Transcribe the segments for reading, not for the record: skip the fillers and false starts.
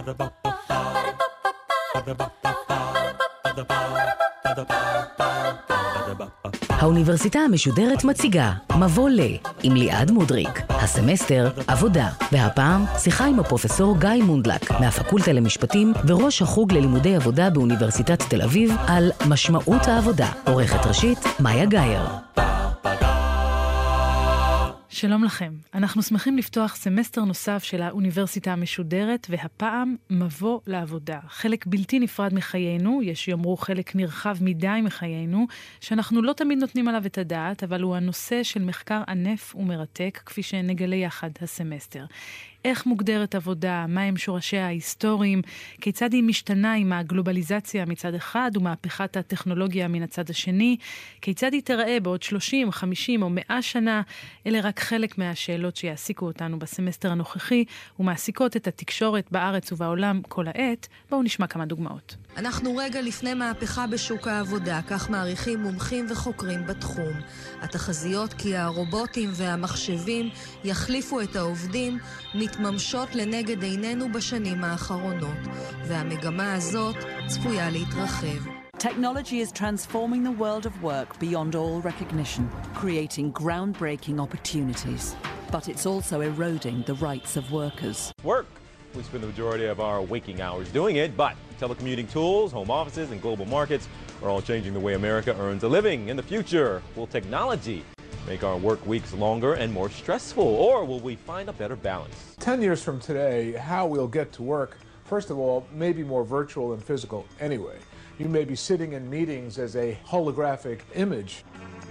האוניברסיטה המשודרת מציגה מבוא ל עם ליעד מודריק, הסמסטר עבודה, והפעם שיחה עם הפרופסור גיא מונדלק מהפקולטה למשפטים וראש החוג ללימודי עבודה באוניברסיטת תל אביב על משמעות העבודה. עורכת ראשית מאיה גייר. שלום לכם, אנחנו שמחים לפתוח סמסטר נוסף של האוניברסיטה המשודרת, והפעם מבוא לעבודה. חלק בלתי נפרד מחיינו, יש יאמרו חלק נרחב מדי מחיינו, שאנחנו לא תמיד נותנים עליו את הדעת, אבל הוא הנושא של מחקר ענף ומרתק, כפי שנגלה יחד הסמסטר. איך מוגדרת עבודה, מהם שורשיה ההיסטוריים, כיצד היא משתנה עם הגלובליזציה מצד אחד ומהפכת הטכנולוגיה מן הצד השני, כיצד היא תראה בעוד 30, 50 או 100 שנה, אלה רק חלק מהשאלות שיעסיקו אותנו בסמסטר הנוכחי ומעסיקות את התקשורת בארץ ובעולם כל העת. בואו נשמע כמה דוגמאות. אנחנו רגע לפני מהפכה בשוק העבודה, כך מעריכים מומחים וחוקרים בתחום. התחזיות כי הרובוטים והמחשבים יחליפו את העובדים מתממשות לנגד עינינו בשנים האחרונות, והמגמה הזאת צפויה להתרחב. Technology is transforming the world of work beyond all recognition, creating groundbreaking opportunities. But it's also eroding the rights of workers. Work. We spend the majority of our waking hours doing it, but telecommuting tools, home offices, and global markets are all changing the way America earns a living. In the future, will technology make our work weeks longer and more stressful, or will we find a better balance? 10 years from today, how we'll get to work, first of all, may be more virtual than physical anyway. You may be sitting in meetings as a holographic image.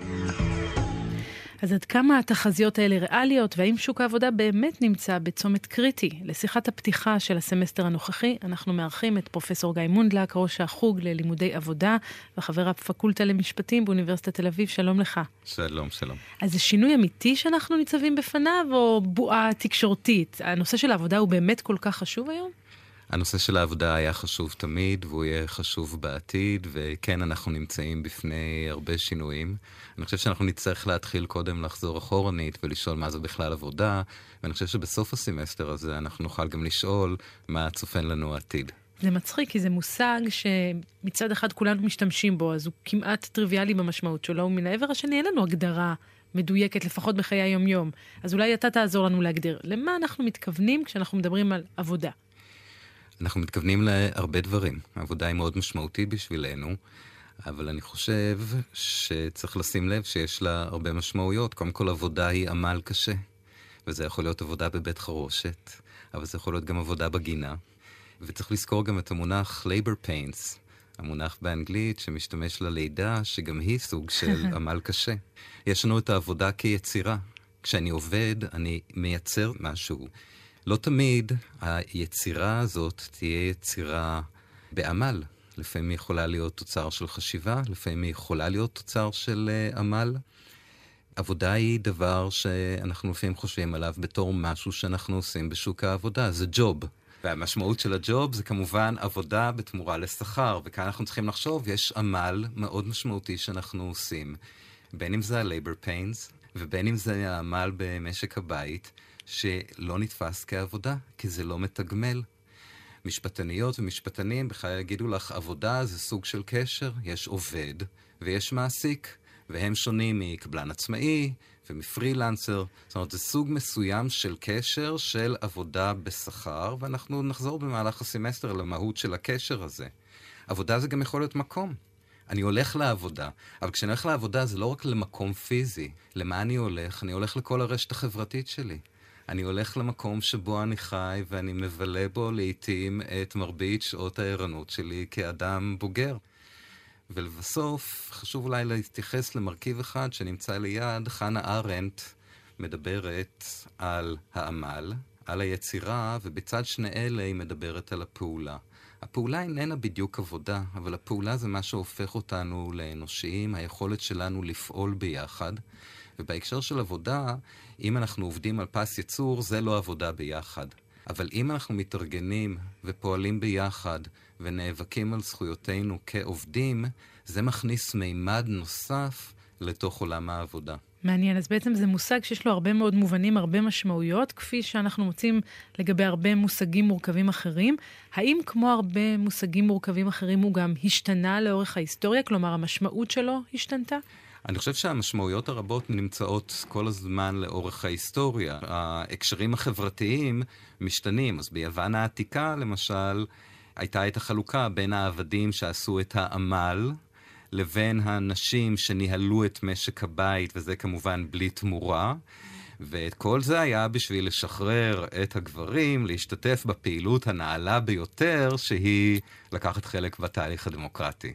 אז עד כמה התחזיות האלה ריאליות, והאם שוק העבודה באמת נמצא בצומת קריטי? לשיחת הפתיחה של הסמסטר הנוכחי, אנחנו מארחים את פרופסור גיא מונדלק, ראש החוג ללימודי עבודה, וחבר הפקולטה למשפטים באוניברסיטת תל אביב. שלום לך. שלום, שלום. אז זה שינוי אמיתי שאנחנו ניצבים בפניו, או בועה תקשורתית? הנושא של העבודה הוא באמת כל כך חשוב היום? הנושא של העבודה היה חשוב תמיד, והוא יהיה חשוב בעתיד, וכן, אנחנו נמצאים בפני הרבה שינויים. אני חושב שאנחנו נצטרך להתחיל קודם לחזור אחורנית ולשאול מה זה בכלל עבודה, ואני חושב שבסוף הסמסטר הזה אנחנו נוכל גם לשאול מה צופן לנו העתיד. זה מצחיק, כי זה מושג שמצד אחד כולנו משתמשים בו, אז הוא כמעט טריוויאלי במשמעות שלו, ומן העבר השני אין לנו הגדרה מדויקת, לפחות בחיי היום-יום. אז אולי אתה תעזור לנו להגדיר. למה אנחנו מתכוונים כשאנחנו מדברים על עבודה? אנחנו מתכוונים להרבה דברים. העבודה היא מאוד משמעותית בשבילנו, אבל אני חושב שצריך לשים לב שיש לה הרבה משמעויות. קודם כל, עבודה היא עמל קשה, וזה יכול להיות עבודה בבית חרושת, אבל זה יכול להיות גם עבודה בגינה. וצריך לזכור גם את המונח labor pains, המונח באנגלית שמשתמש ללידה, שגם היא סוג של עמל קשה. יש לנו את העבודה כיצירה. כשאני עובד, אני מייצר משהו. לא תמיד היצירה הזאת תהיה יצירה בעמל. לפעמים היא יכולה להיות תוצר של חשיבה, לפעמים היא יכולה להיות תוצר של עמל. עבודה היא דבר שאנחנו לפעמים חושבים עליו בתור משהו שאנחנו עושים בשוק העבודה. זה ג'וב. והמשמעות של הג'וב זה כמובן עבודה בתמורה לשכר. וכאן אנחנו צריכים לחשוב, יש עמל מאוד משמעותי שאנחנו עושים. בין אם זה ה-labor pains, ובין אם זה העמל במשק הבית, שלא נתפס כעבודה, כי זה לא מתגמל. משפטניות ומשפטנים בכלל יגידו לך, עבודה זה סוג של קשר, יש עובד ויש מעסיק, והם שונים מקבלן עצמאי ומפרילנסר. זאת אומרת, זה סוג מסוים של קשר של עבודה בשכר, ואנחנו נחזור במהלך הסמסטר למהות של הקשר הזה. עבודה זה גם יכול להיות מקום. אני הולך לעבודה, אבל כשאני הולך לעבודה זה לא רק למקום פיזי. למה אני הולך? אני הולך לכל הרשת החברתית שלי. אני הולך למקום שבו אני חי ואני מבלה בו לעתים את מרבית שעות הערנות שלי כאדם בוגר. ולבסוף, חשוב אולי להתייחס למרכיב אחד שנמצא ליד. חנה ארנדט מדברת על העמל, על היצירה, ובצד שני אלה היא מדברת על הפעולה. הפעולה איננה בדיוק עבודה, אבל הפעולה זה מה שהופך אותנו לאנושיים, היכולת שלנו לפעול ביחד. ובהקשר של עבודה, אם אנחנו עובדים על פס יצור, זה לא עבודה ביחד. אבל אם אנחנו מתארגנים ופועלים ביחד ונאבקים על זכויותינו כעובדים, זה מכניס מימד נוסף לתוך עולם העבודה. מעניין, אז בעצם זה מושג שיש לו הרבה מאוד מובנים, הרבה משמעויות, כפי שאנחנו מוצאים לגבי הרבה מושגים מורכבים אחרים. האם כמו הרבה מושגים מורכבים אחרים הוא גם השתנה לאורך ההיסטוריה? כלומר, המשמעות שלו השתנתה? אני חושב שהמשמעויות הרבות נמצאות כל הזמן לאורך ההיסטוריה. ההקשרים החברתיים משתנים. אז ביוון העתיקה, למשל, הייתה את החלוקה בין העבדים שעשו את העמל, לבין הנשים שניהלו את משק הבית, וזה כמובן בלי תמורה. ואת כל זה היה בשביל לשחרר את הגברים, להשתתף בפעילות הנעלה ביותר, שהיא לקחת חלק בתהליך הדמוקרטי.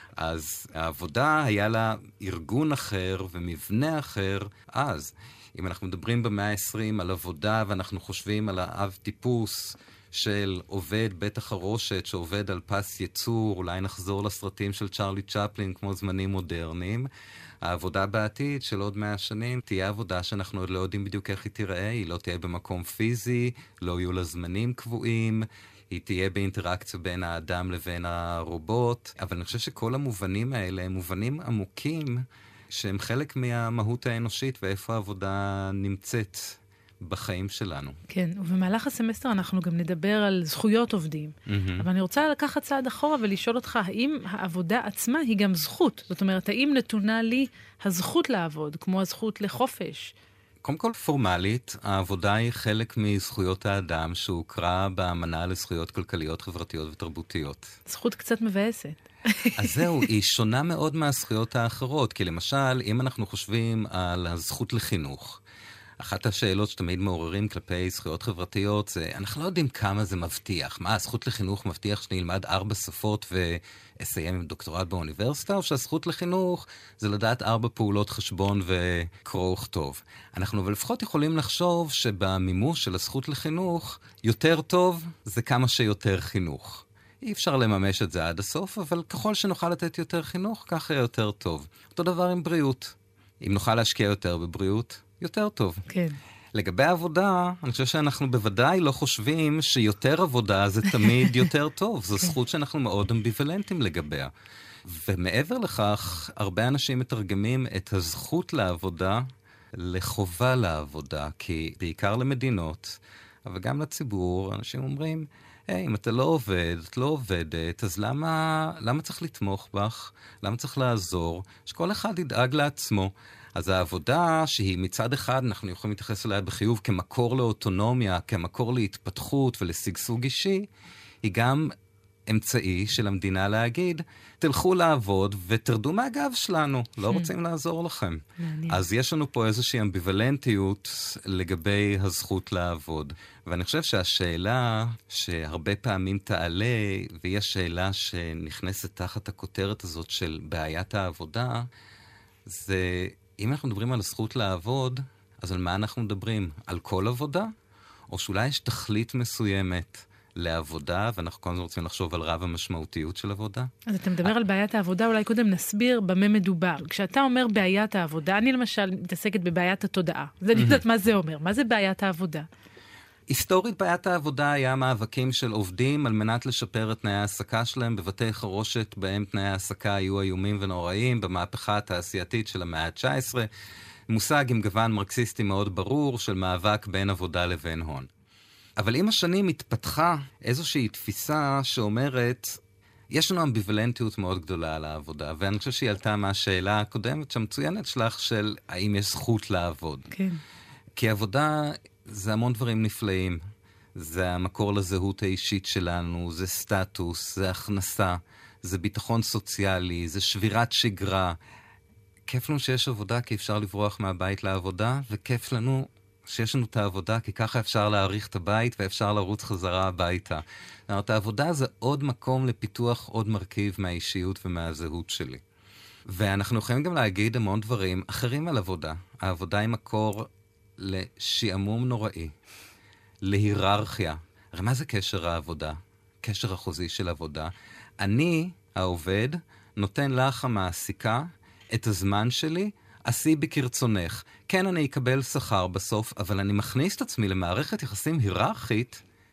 אז העבודה היה לה ארגון אחר ומבנה אחר אז. אם אנחנו מדברים במאה ה-20 על עבודה ואנחנו חושבים על האב טיפוס של עובד בית החרושת שעובד על פס ייצור, אולי נחזור לסרטים של צ'רלי צ'פלין כמו זמנים מודרניים, העבודה בעתיד של עוד 100 שנים תהיה עבודה שאנחנו עוד לא יודעים בדיוק איך היא תיראה, היא לא תהיה במקום פיזי, לא יהיו לה זמנים קבועים, היא תהיה באינטראקציה בין האדם לבין הרובוט, אבל אני חושב שכל המובנים האלה הם מובנים עמוקים שהם חלק מהמהות האנושית ואיפה העבודה נמצאת בחיים שלנו. כן, ובמהלך הסמסטר אנחנו גם נדבר על זכויות עובדים. אבל אני רוצה לקחת צעד אחורה ולשאול אותך, האם העבודה עצמה היא גם זכות? זאת אומרת, האם נתונה לי הזכות לעבוד, כמו הזכות לחופש? קודם כל פורמלית, העבודה היא חלק מזכויות האדם שהוכרה באמנה לזכויות כלכליות, חברתיות ותרבותיות. זכות קצת מבאסת. אז זהו, היא שונה מאוד מהזכויות האחרות, כי למשל, אם אנחנו חושבים על הזכות לחינוך, אחת השאלות שתמיד מעוררים כלפי זכויות חברתיות זה, אנחנו לא יודעים כמה זה מבטיח. מה, הזכות לחינוך מבטיח שאני אלמד 4 שפות ואסיים עם דוקטורט באוניברסיטה, או שהזכות לחינוך זה לדעת 4 פעולות חשבון וקרוא וכתוב. אנחנו אבל לפחות יכולים לחשוב שבמימוש של הזכות לחינוך, יותר טוב זה כמה שיותר חינוך. אי אפשר לממש את זה עד הסוף, אבל ככל שנוכל לתת יותר חינוך, ככה יותר טוב. אותו דבר עם בריאות. אם נוכל להשקיע יותר בבריאות, יותר טוב. כן. לגבי העבודה, אני חושב שאנחנו בוודאי לא חושבים שיותר עבודה זה תמיד יותר טוב. זו זכות שאנחנו מאוד אמביוולנטים לגביה. ומעבר לכך, הרבה אנשים מתרגמים את הזכות לעבודה לחובה לעבודה, כי בעיקר למדינות, אבל גם לציבור, אנשים אומרים, אם אתה לא עובד, את לא עובדת, אז למה צריך לתמוך בך? למה צריך לעזור? שכל אחד ידאג לעצמו. אז העבודה שהיא מצד אחד, אנחנו יכולים להתייחס אליה בחיוב כמקור לאוטונומיה, כמקור להתפתחות ולסגסוג אישי, היא גם אמצעי של המדינה להגיד, תלכו לעבוד ותרדו מהגב שלנו, לא רוצים לעזור לכם. אז יש לנו פה איזושהי אמביוולנטיות לגבי הזכות לעבוד. ואני חושב שהשאלה שהרבה פעמים תעלה, והיא השאלה שנכנסת תחת הכותרת הזאת של בעיית העבודה, זה אם אנחנו מדברים על הזכות לעבוד, אז על מה אנחנו מדברים? על כל עבודה? או שאולי יש תכלית מסוימת לעבודה, ואנחנו כל הזמן רוצים לחשוב על רב המשמעותיות של עבודה? אז אתה מדבר על בעיית העבודה, אולי קודם נסביר במה מדובר. כשאתה אומר בעיית העבודה, אני למשל מתעסקת בבעיית התודעה. אז אני יודעת מה זה אומר. מה זה בעיית העבודה? היסטורית בעיית העבודה היה מאבקים של עובדים על מנת לשפר את תנאי העסקה שלהם בבתי חרושת, בהם תנאי העסקה היו איומים ונוראים, במהפכה התעשייתית של המאה ה-19, מושג עם גוון מרקסיסטי מאוד ברור של מאבק בין עבודה לבין הון. אבל עם השנים התפתחה איזושהי תפיסה שאומרת, יש לנו אמביוולנטיות מאוד גדולה על העבודה, ואני חושב שהיא עלתה מהשאלה הקודמת שהמצוינת שלך של האם יש זכות לעבוד. כן. כי עבודה זה המון דברים נפלאים. זה המקור לזהות האישית שלנו, זה סטטוס, זה הכנסה, זה ביטחון סוציאלי, זה שבירת שגרה. כיף לנו שיש עבודה כי אפשר לברוח מהבית לעבודה, וכיף לנו שיש לנו את העבודה כי ככה אפשר להאריך את הבית ואפשר לרוץ חזרה הביתה. זאת אומרת, העבודה זה עוד מקום לפיתוח, עוד מרכיב מהאישיות ומהזהות שלי. ואנחנו יכולים גם להגיד המון דברים אחרים על עבודה. העבודה היא מקור לשעמום נוראי, להיררכיה. הרי מה זה קשר העבודה? קשר החוזי של עבודה. אני, העובד, נותן לך המעסיקה את הזמן שלי, עשי בקרצונך. כן, אני אקבל שכר בסוף, אבל אני מכניס את עצמי למערכת יחסים היררכית,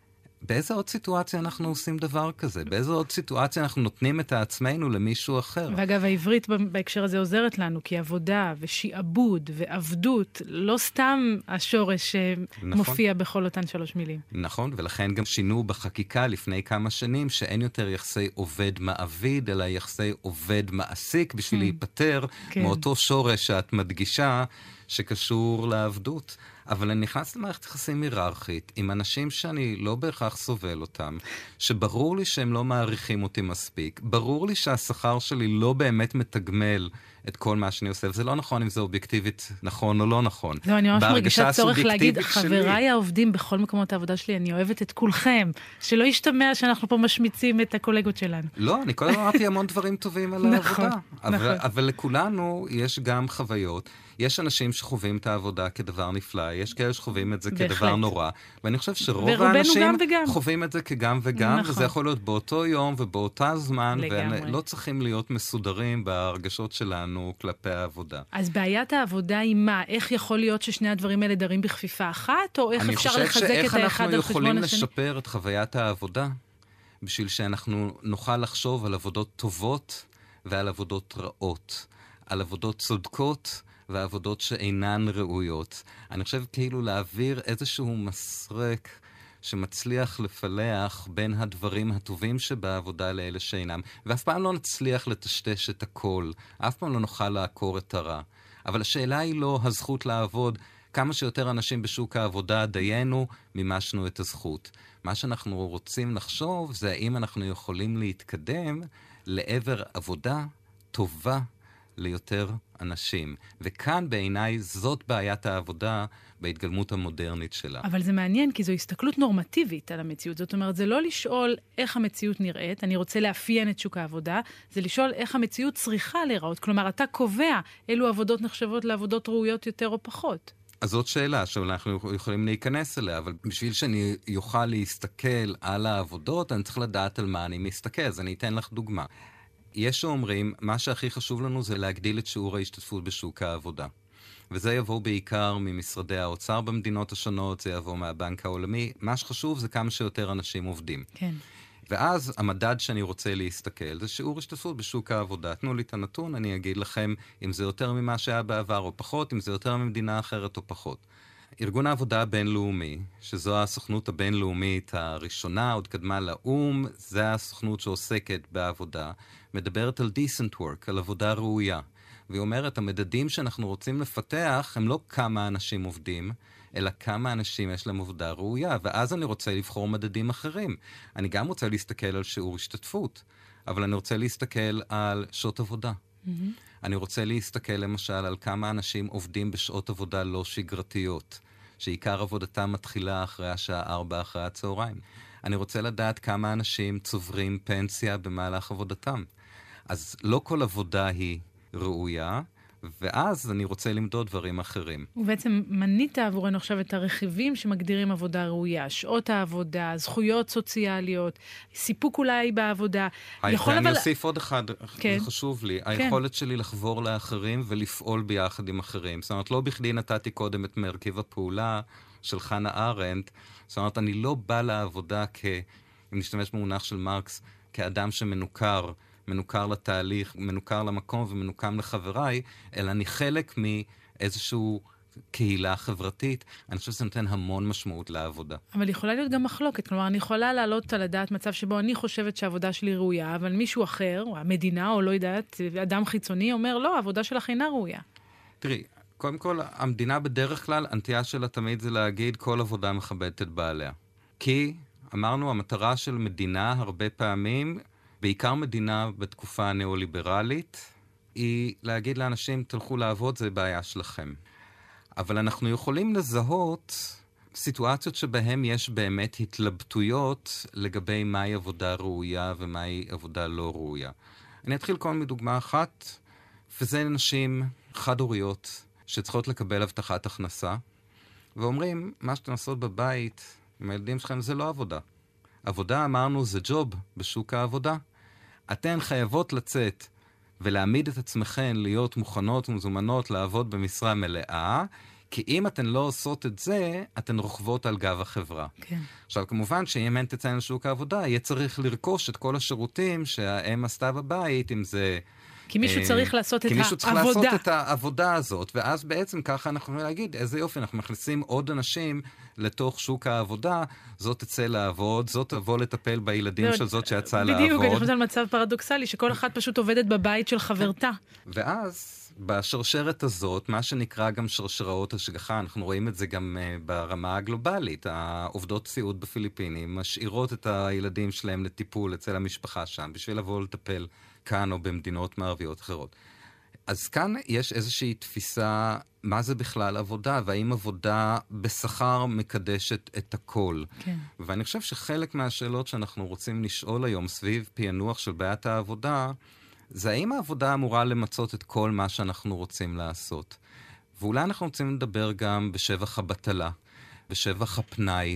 באיזה עוד סיטואציה אנחנו עושים דבר כזה? באיזו עוד סיטואציה אנחנו נותנים את עצמנו למישהו אחר? ואגב, העברית בהקשר הזה עוזרת לנו, כי עבודה ושיעבוד ועבדות, לא סתם השורש שמופיע בכל אותן 3 מילים. נכון, ולכן גם שינו בחקיקה לפני כמה שנים, שאין יותר יחסי עובד-מעביד, אלא יחסי עובד-מעסיק, בשביל להיפטר מאותו שורש שאת מדגישה, שקשור לעבדות. אבל אני נכנס למערכת יחסים היררכית עם אנשים שאני לא בהכרח סובל אותם, שברור לי שהם לא מעריכים אותי מספיק, ברור לי שהשכר שלי לא באמת מתגמל את כל מה שאני עושה, וזה לא נכון אם זה אובייקטיבית נכון או לא נכון. לא, אני ממש מרגישה צורך להגיד, חבריי העובדים בכל מקומות העבודה שלי, אני אוהבת את כולכם, שלא ישתמע שאנחנו פה משמיצים את הקולגות שלנו. לא, אני כל הזמן אמרתי המון דברים טובים על העבודה. אבל לכולנו יש גם חוויות, יש אנשים שחווים את העבודה כדבר נפלא, יש כאלה שחווים את זה כדבר נורא, ואני חושב שרוב האנשים חווים את זה כגם וגם, וזה יכול להיות באותו יום ובאותה זמן, ולא צריכים להיות מסודרים בהרגשות שלנו כלפי העבודה. אז בעיית העבודה היא מה? איך יכול להיות ששני הדברים האלה דרים בכפיפה אחת, או איך אפשר לחזק את האחד על חשבון השני? אני חושב שאיך אנחנו יכולים לשפר את חוויית העבודה, בשביל שאנחנו נוכל לחשוב על עבודות טובות ועל עבודות רעות, על עבודות צודקות, ועבודות שאינן ראויות. אני חושב כאילו להעביר איזשהו מסרק שמצליח לפלח בין הדברים הטובים שבעבודה לאלה שאינם. ואף פעם לא נצליח לטשטש את הכל. אף פעם לא נוכל לעקור את הרע. אבל השאלה היא לא הזכות לעבוד. כמה שיותר אנשים בשוק העבודה דיינו, מימשנו את הזכות. מה שאנחנו רוצים לחשוב זה האם אנחנו יכולים להתקדם לעבר עבודה טובה ליותר אנשים. וכאן בעיניי זאת בעיית העבודה בהתגלמות המודרנית שלה. אבל זה מעניין, כי זו הסתכלות נורמטיבית על המציאות. זאת אומרת, זה לא לשאול איך המציאות נראית, אני רוצה לאפיין את שוק העבודה, זה לשאול איך המציאות צריכה להיראות. כלומר, אתה קובע אילו עבודות נחשבות לעבודות ראויות יותר או פחות. אז זאת שאלה שאנחנו יכולים להיכנס אליה, אבל בשביל שאני יוכל להסתכל על העבודות, אני צריך לדעת על מה אני מסתכל. אז אני אתן לך דוגמה. יש שאומרים, מה שהכי חשוב לנו זה להגדיל את שיעור ההשתתפות בשוק העבודה. וזה יבוא בעיקר ממשרדי האוצר במדינות השונות, זה יבוא מהבנק העולמי. מה שחשוב זה כמה שיותר אנשים עובדים. כן. ואז המדד שאני רוצה להסתכל זה שיעור השתתפות בשוק העבודה. תנו לי את הנתון, אני אגיד לכם אם זה יותר ממה שהיה בעבר או פחות, אם זה יותר ממדינה אחרת או פחות. ארגון העבודה הבינלאומי, שזו הסוכנות הבינלאומית הראשונה, עוד קדמה לאום, זה הסוכנות שעוסקת בעבודה, מדברת על decent work, על עבודה ראויה. והיא אומרת, המדדים שאנחנו רוצים לפתח הם לא כמה אנשים עובדים, אלא כמה אנשים יש להם עבודה ראויה, ואז אני רוצה לבחור מדדים אחרים. אני גם רוצה להסתכל על שיעור השתתפות, אבל אני רוצה להסתכל על שעות עבודה. אני רוצה להסתכל למשל על כמה אנשים עובדים בשעות עבודה לא שגרתיות, שעיקר עבודתם מתחילה אחרי השעה 4 אחרי הצהריים. אני רוצה לדעת כמה אנשים צוברים פנסיה במהלך עבודתם. אז לא כל עבודה היא ראויה, ואז אני רוצה למדוד דברים אחרים. ובעצם מנית עבורנו עכשיו את הרכיבים שמגדירים עבודה ראויה, שעות העבודה, זכויות סוציאליות, סיפוק אולי בעבודה. אני אוסיף עוד אחד, זה חשוב לי. היכולת שלי לחבור לאחרים ולפעול ביחד עם אחרים. זאת אומרת, לא בכדי נתתי קודם את מרכיב הפעולה של חנה ארנדט. זאת אומרת, אני לא בא לעבודה אם נשתמש במונח של מרקס, כאדם שמנוכר, מנוכר לתהליך, מנוכר למקום ומנוכר לחבריי, אלא אני חלק מאיזשהו קהילה חברתית. אני חושב שזה נותן המון משמעות לעבודה. אבל יכולה להיות גם מחלוקת. כלומר, אני יכולה לעלות על הדעת מצב שבו אני חושבת שהעבודה שלי ראויה, אבל מישהו אחר, או המדינה, או לא יודעת, אדם חיצוני, אומר, לא, העבודה שלך אינה ראויה. תראי, קודם כל, המדינה בדרך כלל, הנטייה שלה תמיד זה להגיד, כל עבודה מכבדת את בעליה. כי, אמרנו, המטרה של מדינה הרבה פעמים, בעיקר מדינה בתקופה הנאו-ליברלית, היא להגיד לאנשים, תלכו לעבוד, זה בעיה שלכם. אבל אנחנו יכולים לזהות סיטואציות שבהן יש באמת התלבטויות לגבי מהי עבודה ראויה ומהי עבודה לא ראויה. אני אתחיל כל מדוגמה אחת, וזה נשים חד-הוריות שצריכות לקבל הבטחת הכנסה, ואומרים, מה שאתם עושות בבית עם הילדים שלכם זה לא עבודה. עבודה, אמרנו, זה ג'וב בשוק העבודה. אתן חייבות לצאת ולהעמיד את עצמכן להיות מוכנות ומזומנות לעבוד במשרה מלאה, כי אם אתן לא עושות את זה, אתן רוכבות על גב החברה. כן. עכשיו, כמובן שאם הן תצאן לשוק העבודה, יהיה צריך לרכוש את כל השירותים שהאם עשתה בבית, אם זה... כי מישהו צריך לעשות את העבודה. כי מישהו צריך לעשות את העבודה הזאת, ואז בעצם ככה אנחנו להגיד, איזה יופי, אנחנו מכניסים עוד אנשים לתוך שוק העבודה, זאת תצא לעבוד, זאת תבוא לטפל בילדים של זאת שיצאה לעבוד. בדיוק, אני חושבת על מצב פרדוקסלי, שכל אחת פשוט עובדת בבית של חברתה. ואז, בשרשרת הזאת, מה שנקרא גם שרשראות השגחה, אנחנו רואים את זה גם ברמה הגלובלית, העובדות סיעוד בפיליפינים משאירות את הילדים שלהם לטיפול אצל המשפחה שם, בשביל לבוא לטפל כאן או במדינות מערביות אחרות. אז כאן יש איזושהי תפיסה, מה זה בכלל עבודה, והאם עבודה בשכר מקדשת את הכל. כן. ואני חושב שחלק מהשאלות שאנחנו רוצים לשאול היום סביב פענוח של בעיית העבודה, זה האם העבודה אמורה למצות את כל מה שאנחנו רוצים לעשות. ואולי אנחנו רוצים לדבר גם בשבח הבטלה, בשבח הפנאי.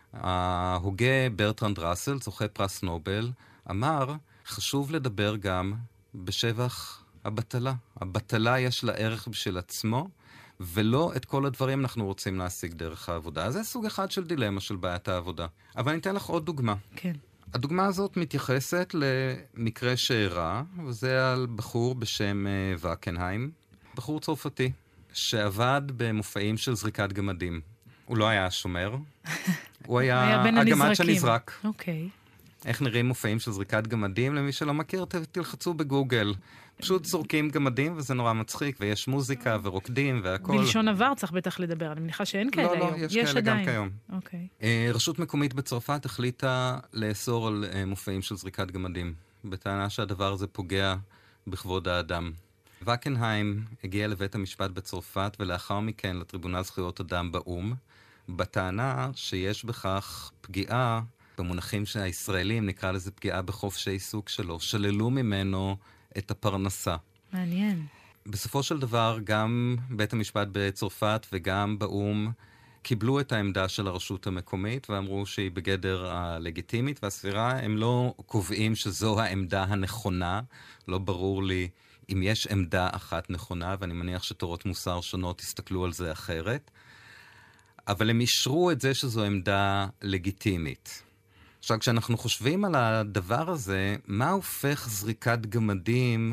ההוגה ברטרנד ראסל, זוכה פרס נובל, אמר, חשוב לדבר גם בשבח הבטלה. הבטלה יש לה ערך בשביל עצמו, ולא את כל הדברים אנחנו רוצים להשיג דרך העבודה. אז זה סוג אחד של דילמה של בעיית העבודה. אבל אני אתן לך עוד דוגמה. כן. הדוגמה הזאת מתייחסת למקרה שאירע, וזה על בחור בשם וקנהיים, בחור צרפתי, שעבד במופעים של זריקת גמדים. הוא לא היה שומר, הוא היה הגמד שנזרק. אוקיי. איך נראים מופעים של זריקת גמדים? למי שלא מכיר, תלחצו בגוגל. פשוט זורקים גמדים, וזה נורא מצחיק, ויש מוזיקה ורוקדים והכל. בלשון עבר צריך בטח לדבר, אני מניחה שאין כאלה היום. לא, יש כאלה גם כיום. אוקיי. רשות מקומית בצרפת החליטה לאסור על מופעים של זריקת גמדים, בטענה שהדבר הזה פוגע בכבוד האדם. וקנהיים הגיע לבית המשפט בצרפת, ולאחר מכן לטריבונל זכויות אדם באום, בטענה שיש בכך פגיעה, במונחים שהישראלים נקרא לזה פגיעה בחופש העיסוק שלו, שללו ממנו את הפרנסה. מעניין. בסופו של דבר, גם בית המשפט בצרפת וגם באום קיבלו את העמדה של הרשות המקומית, ואמרו שהיא בגדר הלגיטימית והסבירה. הם לא קובעים שזו העמדה הנכונה. לא ברור לי אם יש עמדה אחת נכונה, ואני מניח שתורות מוסר שונות יסתכלו על זה אחרת. אבל הם אישרו את זה שזו עמדה לגיטימית. עכשיו, כשאנחנו חושבים על הדבר הזה, מה הופך זריקת גמדים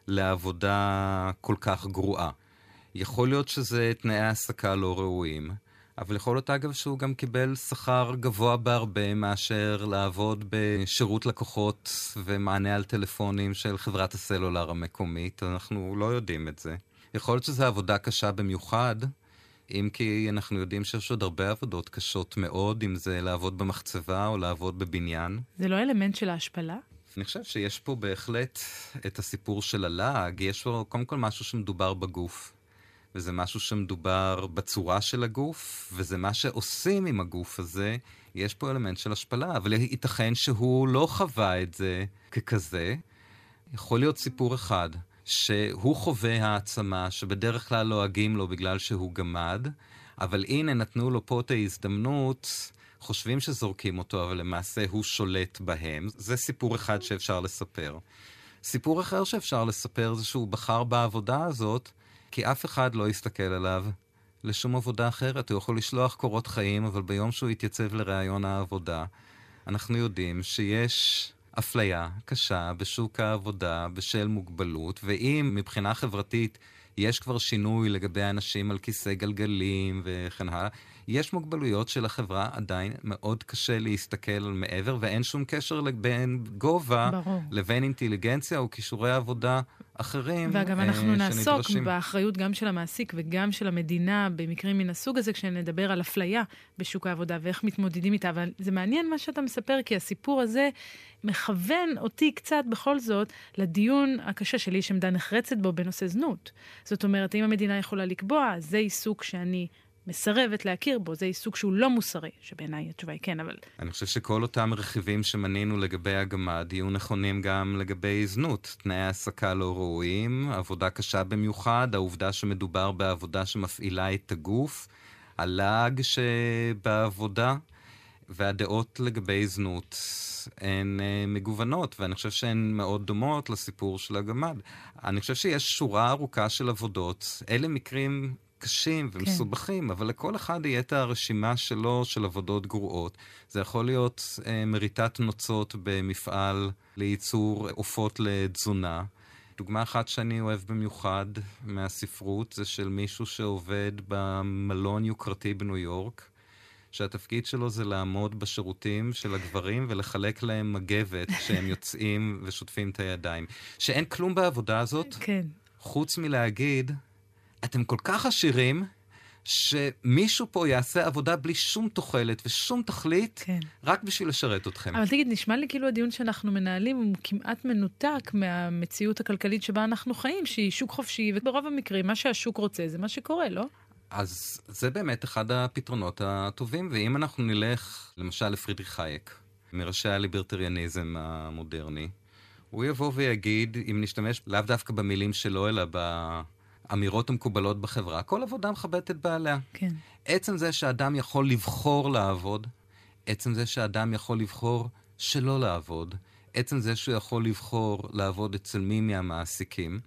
לעבודה כל כך גרועה? יכול להיות שזה תנאי העסקה לא ראויים, אבל יכול להיות אגב שהוא גם קיבל שכר גבוה בהרבה מאשר לעבוד בשירות לקוחות ומענה על טלפונים של חברת הסלולר המקומית. אנחנו לא יודעים את זה. יכול להיות שזו עבודה קשה במיוחד, אם כי אנחנו יודעים שיש עוד הרבה עבודות קשות מאוד, אם זה לעבוד במחצבה או לעבוד בבניין. זה לא אלמנט של ההשפלה? אני חושב שיש פה בהחלט את הסיפור של הלעג. יש פה קודם כל משהו שמדובר בגוף, וזה משהו שמדובר בצורה של הגוף, וזה מה שעושים עם הגוף הזה. יש פה אלמנט של השפלה, אבל ייתכן שהוא לא חווה את זה ככזה. יכול להיות סיפור אחד, שהוא חווה העצמה, שבדרך כלל לועגים לו בגלל שהוא גמד, אבל הנה נתנו לו פה את ההזדמנות, חושבים שזורקים אותו, אבל למעשה הוא שולט בהם. זה סיפור אחד שאפשר לספר. סיפור אחר שאפשר לספר זה שהוא בחר בעבודה הזאת, כי אף אחד לא יסתכל עליו לשום עבודה אחרת. הוא יכול לשלוח קורות חיים, אבל ביום שהוא יתייצב לראיון העבודה, אנחנו יודעים שיש אפליה קשה בשוק העבודה בשל מוגבלות, ואם מבחינה חברתית יש כבר שינוי לגבי אנשים על כיסא גלגלים וכן הלאה, יש מוגבלויות של החברה עדיין מאוד קשה להסתכל על מעבר, ואין שום קשר בין גובה לבין אינטליגנציה או כישורי עבודה אחרים. ואגב, אנחנו נעסוק באחריות גם של המעסיק וגם של המדינה במקרים מן הסוג הזה, כשנדבר על אפליה בשוק העבודה ואיך מתמודדים איתה. אבל זה מעניין מה שאתה מספר, כי הסיפור הזה מכוון אותי קצת בכל זאת לדיון הקשה שלי שעמדה נחרצת בו בנושא זנות. זאת אומרת, אם המדינה יכולה לקבוע, זה עיסוק שאני מסרבת להכיר בו, זה עיסוק שהוא לא מוסרי, שבעיניי התשובה היא כן, אבל... אני חושב שכל אותם רכיבים שמנינו לגבי הגמד יהיו נכונים גם לגבי זנות. תנאי העסקה לא ראויים, עבודה קשה במיוחד, העובדה שמדובר בעבודה שמפעילה את הגוף, הלעג שבעבודה, והדעות לגבי זנות הן מגוונות, ואני חושב שהן מאוד דומות לסיפור של הגמד. אני חושב שיש שורה ארוכה של עבודות, אלה מקרים קשים ומסובכים, אבל לכל אחד יהיה את הרשימה שלו של עבודות גרועות. זה יכול להיות מריטת נוצות במפעל לייצור עופות לתזונה. דוגמה אחת שאני אוהב במיוחד מהספרות זה של מישהו שעובד במלון יוקרתי בניו יורק, שהתפקיד שלו זה לעמוד בשירותים של הגברים ולחלק להם מגבת כשהם יוצאים ושוטפים את הידיים. שאין כלום בעבודה הזאת, כן. חוץ מלהגיד, אתם כל כך עשירים, שמישהו פה יעשה עבודה בלי שום תוחלת ושום תכלית, כן. רק בשביל לשרת אתכם. אבל תגיד, נשמע לי כאילו הדיון שאנחנו מנהלים הוא כמעט מנותק מהמציאות הכלכלית שבה אנחנו חיים, שהיא שוק חופשי, וברוב המקרים מה שהשוק רוצה זה מה שקורה, לא? אז זה באמת אחד הפתרונות הטובים, ואם אנחנו נלך למשל לפרידריך הייק, מראשי הליברטריאניזם המודרני, הוא יבוא ויגיד, אם נשתמש לאו דווקא במילים שלו, אלא באמירות המקובלות בחברה, כל עבודה מכבדת את בעליה. כן. עצם זה שאדם יכול לבחור לעבוד, עצם זה שאדם יכול לבחור שלא לעבוד, עצם זה שהוא יכול לבחור לעבוד אצל מי מהמעסיקים,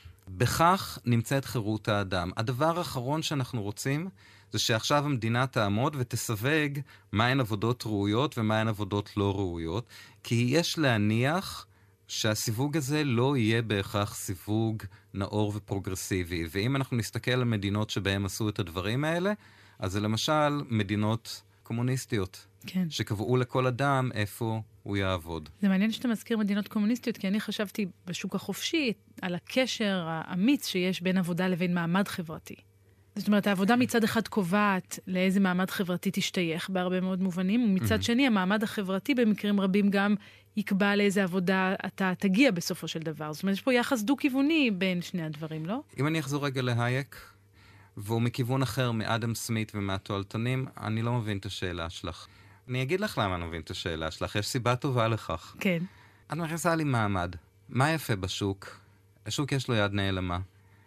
בכך נמצאת חירות האדם. הדבר האחרון שאנחנו רוצים זה שעכשיו המדינה תעמוד ותסווג מהן עבודות ראויות ומהן עבודות לא ראויות, כי יש להניח שהסיווג הזה לא יהיה בהכרח סיווג נאור ופרוגרסיבי. ואם אנחנו נסתכל על מדינות שבהן עשו את הדברים האלה, אז זה למשל מדינות קומוניסטיות, כן. שקבעו לכל אדם איפה הוא יעבוד. זה מעניין שאתה מזכיר מדינות קומוניסטיות, כי אני חשבתי בשוק החופשי על הקשר האמיץ שיש בין עבודה לבין מעמד חברתי. זאת אומרת, העבודה מצד אחד קובעת לאיזה מעמד חברתי תשתייך בהרבה מאוד מובנים, ומצד שני, המעמד החברתי במקרים רבים גם יקבע לאיזה עבודה אתה תגיע בסופו של דבר. זאת אומרת, יש פה יחס דו-כיווני בין שני הדברים, לא? אם אני אחזור רגע להייק, והוא מכיוון אחר מאדם סמית ומהתועלתנים, אני לא מבין את השאלה שלך. אני אגיד לך למה אני מבין את השאלה שלך, יש סיבה טובה לכך. כן. את מכניסה לי מעמד. מה יפה בשוק? השוק יש לו יד נעלמה.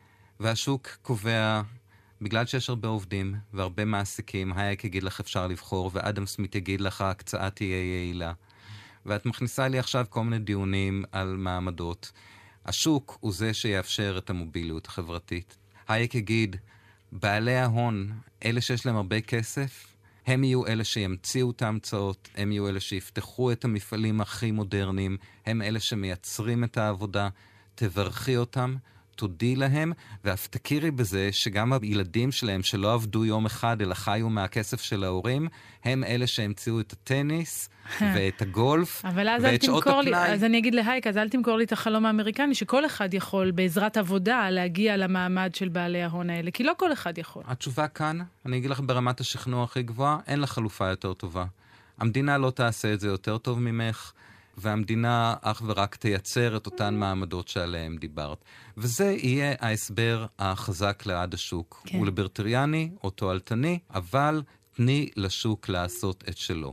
והשוק קובע, בגלל שיש הרבה עובדים והרבה מעסיקים, הייק יגיד לך אפשר לבחור, ואדם סמית יגיד לך הקצאה תהיה יעילה. ואת מכניסה לי עכשיו כל מיני דיונים על מעמדות. השוק הוא זה שיאפשר את המוביליות החברתית. הייק יגיד, בעלי ההון, אלה שיש להם הרבה כסף, הם יהיו אלה שימציאו את ההמצאות, הם יהיו אלה שיפתחו את המפעלים הכי מודרניים, הם אלה שמייצרים את העבודה, תברכי אותם, תודי להם, ואף תכירי בזה שגם הילדים שלהם שלא עבדו יום אחד, אלא חיו מהכסף של ההורים, הם אלה שהמציאו את הטניס, ואת הגולף, ואת שעות הפנאי. אז אני אגיד להייק, אז אל תמכור לי את החלום האמריקני, שכל אחד יכול בעזרת עבודה להגיע למעמד של בעלי ההון האלה, כי לא כל אחד יכול. התשובה כאן, אני אגיד לך ברמת השכנוע הכי גבוהה, אין לה חלופה יותר טובה. המדינה לא תעשה את זה יותר טוב ממך, והמדינה אך ורק תייצר את אותן מעמדות שעליהן דיברת. וזה יהיה ההסבר החזק לעד השוק. כן. הוא ליברטריאני או תועלתני, אבל תני לשוק לעשות את שלו.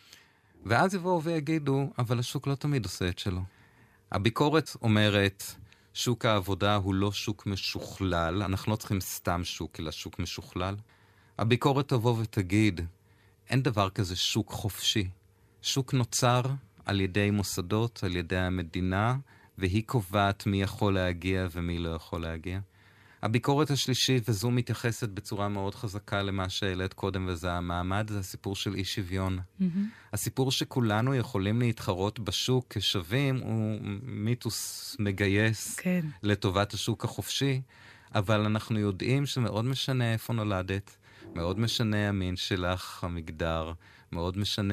ואז יבואו ויגידו, אבל השוק לא תמיד עושה את שלו. הביקורת אומרת, שוק העבודה הוא לא שוק משוכלל, אנחנו לא צריכים סתם שוק, אלא שוק משוכלל. הביקורת תבוא ותגיד, אין דבר כזה שוק חופשי. שוק נוצר על ידי מוסדות, על ידי המדינה, והיא קובעת מי יכול להגיע ומי לא יכול להגיע. הביקורת השלישית, וזו מתייחסת בצורה מאוד חזקה למה שהעלית קודם, וזה המעמד, זה הסיפור של אי שוויון. הסיפור שכולנו יכולים להתחרות בשוק כשווים, הוא מיתוס מגייס לטובת השוק החופשי, אבל אנחנו יודעים שמאוד משנה איפה נולדת, מאוד משנה המין שלך, המגדר, מאוד משנה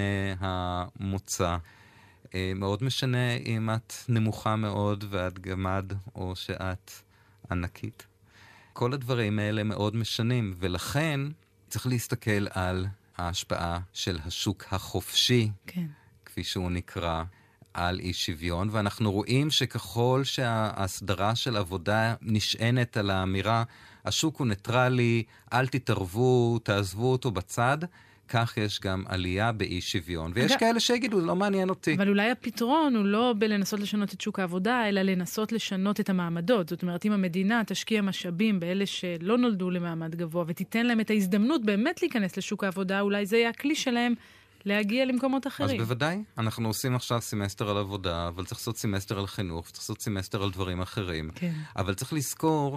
המוצא, מאוד משנה אם את נמוכה מאוד ואת גמד או שאת ענקית. כל הדברים האלה מאוד משנים, ולכן צריך להסתכל על ההשפעה של השוק החופשי, כפי שהוא נקרא, על אי שוויון, ואנחנו רואים שככל שההסדרה של עבודה נשענת על האמירה, השוק הוא ניטרלי, אל תתערבו, תעזבו אותו בצד, כך יש גם עלייה באי שוויון. ויש כאלה שיגידו, זה לא מעניין אותי. אבל אולי הפתרון הוא לא בלנסות לשנות את שוק העבודה, אלא לנסות לשנות את המעמדות. זאת אומרת, אם המדינה תשקיע משאבים באלה שלא נולדו למעמד גבוה, ותיתן להם את ההזדמנות באמת להיכנס לשוק העבודה, אולי זה יהיה הכלי שלהם להגיע למקומות אחרים. אז בוודאי, אנחנו עושים עכשיו סמסטר על עבודה, אבל צריך לעשות סמסטר על חינוך, צריך לעשות סמסטר על דברים אחרים. כן. אבל צריך לזכור,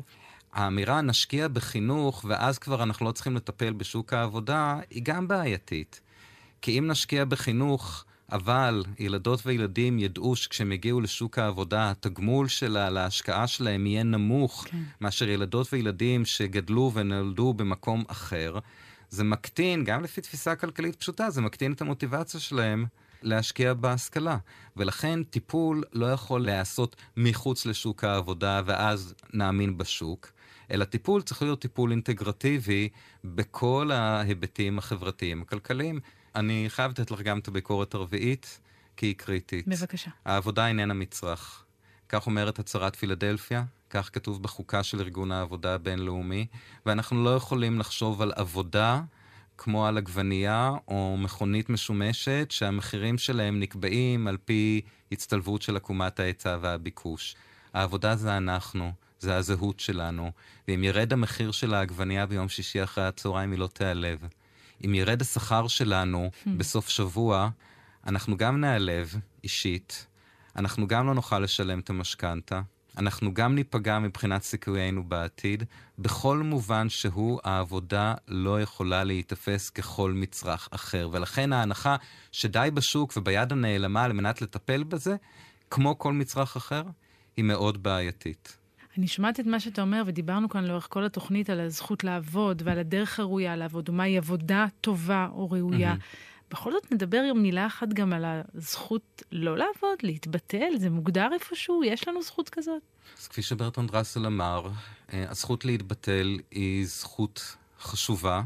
האמירה נשקיע בחינוך ואז כבר אנחנו לא צריכים לטפל בשוק העבודה, היא גם בעייתית. כי אם נשקיע בחינוך, אבל ילדות וילדים ידעו שכשהם יגיעו לשוק העבודה, התגמול שלה, להשקעה שלהם יהיה נמוך, מאשר ילדות וילדים שגדלו ונולדו במקום אחר, זה מקטין, גם לפי תפיסה כלכלית פשוטה, זה מקטין את המוטיבציה שלהם להשקיע בהשכלה. ולכן טיפול לא יכול להיעשות מחוץ לשוק העבודה ואז נאמין בשוק, אלא טיפול צריך להיות טיפול אינטגרטיבי בכל ההיבטים החברתיים הכלכליים. אני חייב לתת לך גם את הביקורת הרביעית, כי היא קריטית. בבקשה. העבודה איננה מצרך. כך אומרת הצהרת פילדלפיה, כך כתוב בחוקה של ארגון העבודה הבינלאומי, ואנחנו לא יכולים לחשוב על עבודה כמו על עגבנייה או מכונית משומשת, שהמחירים שלהם נקבעים על פי הצטלבות של עקומת ההיצע והביקוש. העבודה זה אנחנו, זה הזהות שלנו, ואם ירד המחיר של העגבנייה ביום שישי אחרי הצהריים היא לא תיעלב. אם ירד השכר שלנו בסוף שבוע, אנחנו גם נעלב אישית, אנחנו גם לא נוכל לשלם את המשכנתה, אנחנו גם ניפגע מבחינת סיכויינו בעתיד, בכל מובן שהוא העבודה לא יכולה להתאפס ככל מצרך אחר. ולכן ההנחה שדי בשוק וביד הנעלמה על מנת לטפל בזה, כמו כל מצרך אחר, היא מאוד בעייתית. אני שומעת את מה שאתה אומר, ודיברנו כאן לאורך כל התוכנית על הזכות לעבוד, ועל הדרך הראויה לעבוד, ומהי עבודה טובה או ראויה. בכל זאת נדבר מילה אחת גם על הזכות לא לעבוד, להתבטל, זה מוגדר איפשהו, יש לנו זכות כזאת? אז כפי שברטרנד ראסל אמר, הזכות להתבטל היא זכות חשובה.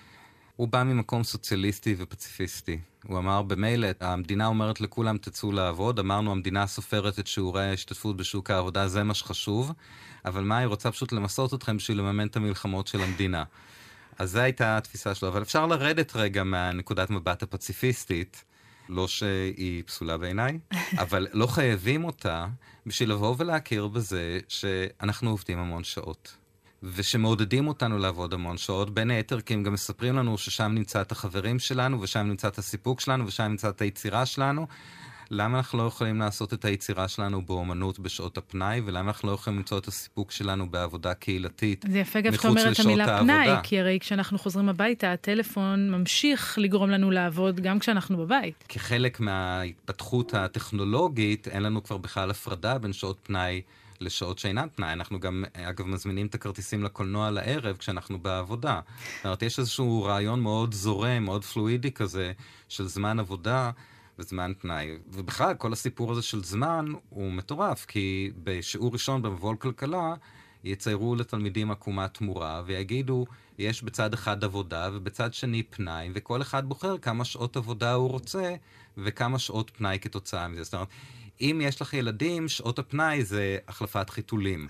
הוא בא ממקום סוציאליסטי ופציפיסטי. הוא אמר במילא, המדינה אומרת לכולם תצאו לעבוד, אמרנו המדינה סופרת את שיעורי ההשתתפות בשוק העבודה, זה מה שחשוב, אבל מה, היא רוצה פשוט למסות אתכם בשביל לממן את המלחמות של המדינה. אז זו הייתה התפיסה שלו, אבל אפשר לרדת רגע מהנקודת מבט הפציפיסטית, לא שהיא פסולה בעיניי, אבל לא חייבים אותה בשביל לבוא ולהכיר בזה שאנחנו עובדים המון שעות. ושמעודדים אותנו לעבוד המון שעות, בין היתר כי הם גם מספרים לנו ששם נמצא את החברים שלנו, ושם נמצא את הסיפוק שלנו, ושם נמצא את היצירה שלנו. למה אנחנו לא יכולים לעשות את היצירה שלנו באומנות בשעות הפנאי, ולמה אנחנו לא יכולים למצוא את הסיפוק שלנו בעבודה קהילתית זה יפה גם שאתה אומר את המילה פנאי, כי הרי כשאנחנו חוזרים הביתה, הטלפון ממשיך לגרום לנו לעבוד גם כשאנחנו בבית. כחלק מההתפתחות הטכנולוגית, אין לנו כבר בכלל הפרדה בין שעות פנאי לשעות שאינן פנאי. אנחנו גם, אגב, מזמינים את הכרטיסים לקולנוע לערב כשאנחנו בעבודה. זאת אומרת, יש איזשהו רעיון מאוד זורם, מאוד פלואידי כזה, של זמן עבודה וזמן פנאי. ובכלל, כל הסיפור הזה של זמן הוא מטורף, כי בשיעור ראשון במבוא כלכלה, יציירו לתלמידים עקומת תמורה, ויגידו, יש בצד אחד עבודה ובצד שני פנאי, וכל אחד בוחר כמה שעות עבודה הוא רוצה, וכמה שעות פנאי כתוצאה מזה. זאת אומרת, אם יש לך ילדים, שעות הפנאי זה החלפת חיתולים.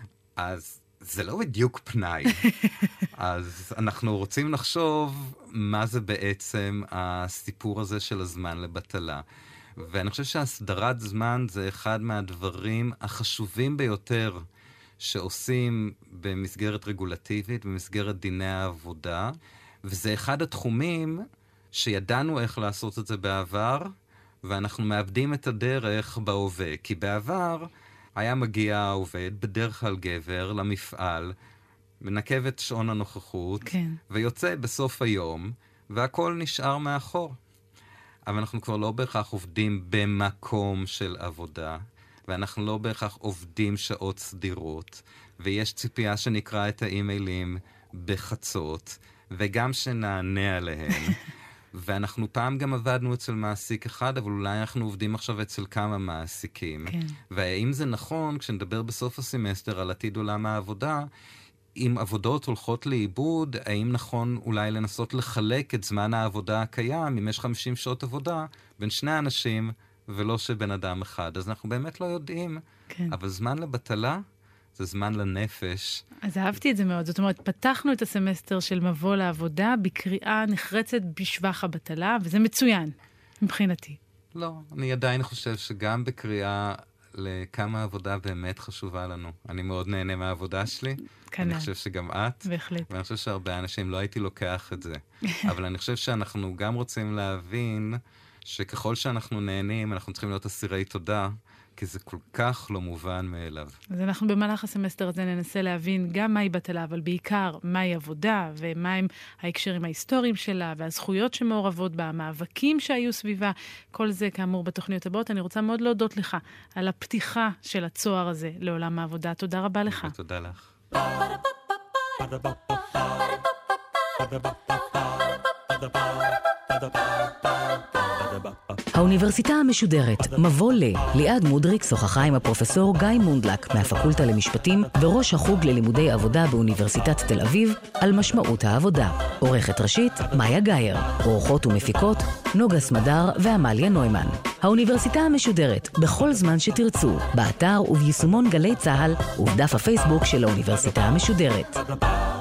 אז זה לא בדיוק פנאי. אז אנחנו רוצים לחשוב מה זה בעצם הסיפור הזה של הזמן לבטלה. ואני חושב שהסדרת זמן זה אחד מהדברים החשובים ביותר שעושים במסגרת רגולטיבית, במסגרת דיני העבודה, וזה אחד התחומים שידענו איך לעשות את זה בעבר, ואנחנו מאבדים את הדרך בהווה. כי בעבר היה מגיע העובד, בדרך כלל גבר, למפעל, מנקב את שעון הנוכחות, כן. ויוצא בסוף היום, והכל נשאר מאחור. אבל אנחנו כבר לא בהכרח עובדים במקום של עבודה, ואנחנו לא בהכרח עובדים שעות סדירות, ויש ציפייה שנקרא את האימיילים בחצות, וגם שנענה עליהם. ואנחנו פעם גם עבדנו אצל מעסיק אחד, אבל אולי אנחנו עובדים עכשיו אצל כמה מעסיקים. כן. והאם זה נכון, כשנדבר בסוף הסמסטר על עתיד עולם העבודה, אם עבודות הולכות לאיבוד, האם נכון אולי לנסות לחלק את זמן העבודה הקיים, אם יש 50 שעות עבודה, בין שני אנשים, ולא שבן אדם אחד. אז אנחנו באמת לא יודעים. כן. אבל זמן לבטלה, זה זמן לנפש. אז אהבתי את זה מאוד. זאת אומרת, פתחנו את הסמסטר של מבוא לעבודה בקריאה נחרצת בשבח הבטלה, וזה מצוין, מבחינתי. לא, אני עדיין חושב שגם בקריאה לכמה עבודה באמת חשובה לנו. אני מאוד נהנה מהעבודה שלי. אני חושב שגם את. בהחלט. ואני חושב שהרבה אנשים לא הייתי לוקח את זה. אבל אני חושב שאנחנו גם רוצים להבין שככל שאנחנו נהנים, אנחנו צריכים להיות אסירי תודה, כי זה כל כך לא מובן מאליו. אז אנחנו במהלך הסמסטר הזה ננסה להבין גם מהי בטלה, אבל בעיקר מהי עבודה, ומהם ההקשרים ההיסטוריים שלה, והזכויות שמעורבות בה, המאבקים שהיו סביבה, כל זה כאמור בתוכניות הבאות. אני רוצה מאוד להודות לך על הפתיחה של הצוהר הזה לעולם העבודה. תודה רבה לך. תודה לך. האוניברסיטה המשודרת, מבוא ליעד מודריק שוחחה עם הפרופסור גיא מונדלק מהפקולטה למשפטים וראש החוג ללימודי עבודה באוניברסיטת תל אביב על משמעות העבודה. עורכת ראשית, מאיה גייר. עורכות ומפיקות, נוגה סמדר ועמליה נוימן. האוניברסיטה המשודרת, בכל זמן שתרצו, באתר וביישומון גלי צהל ובדף הפייסבוק של האוניברסיטה המשודרת.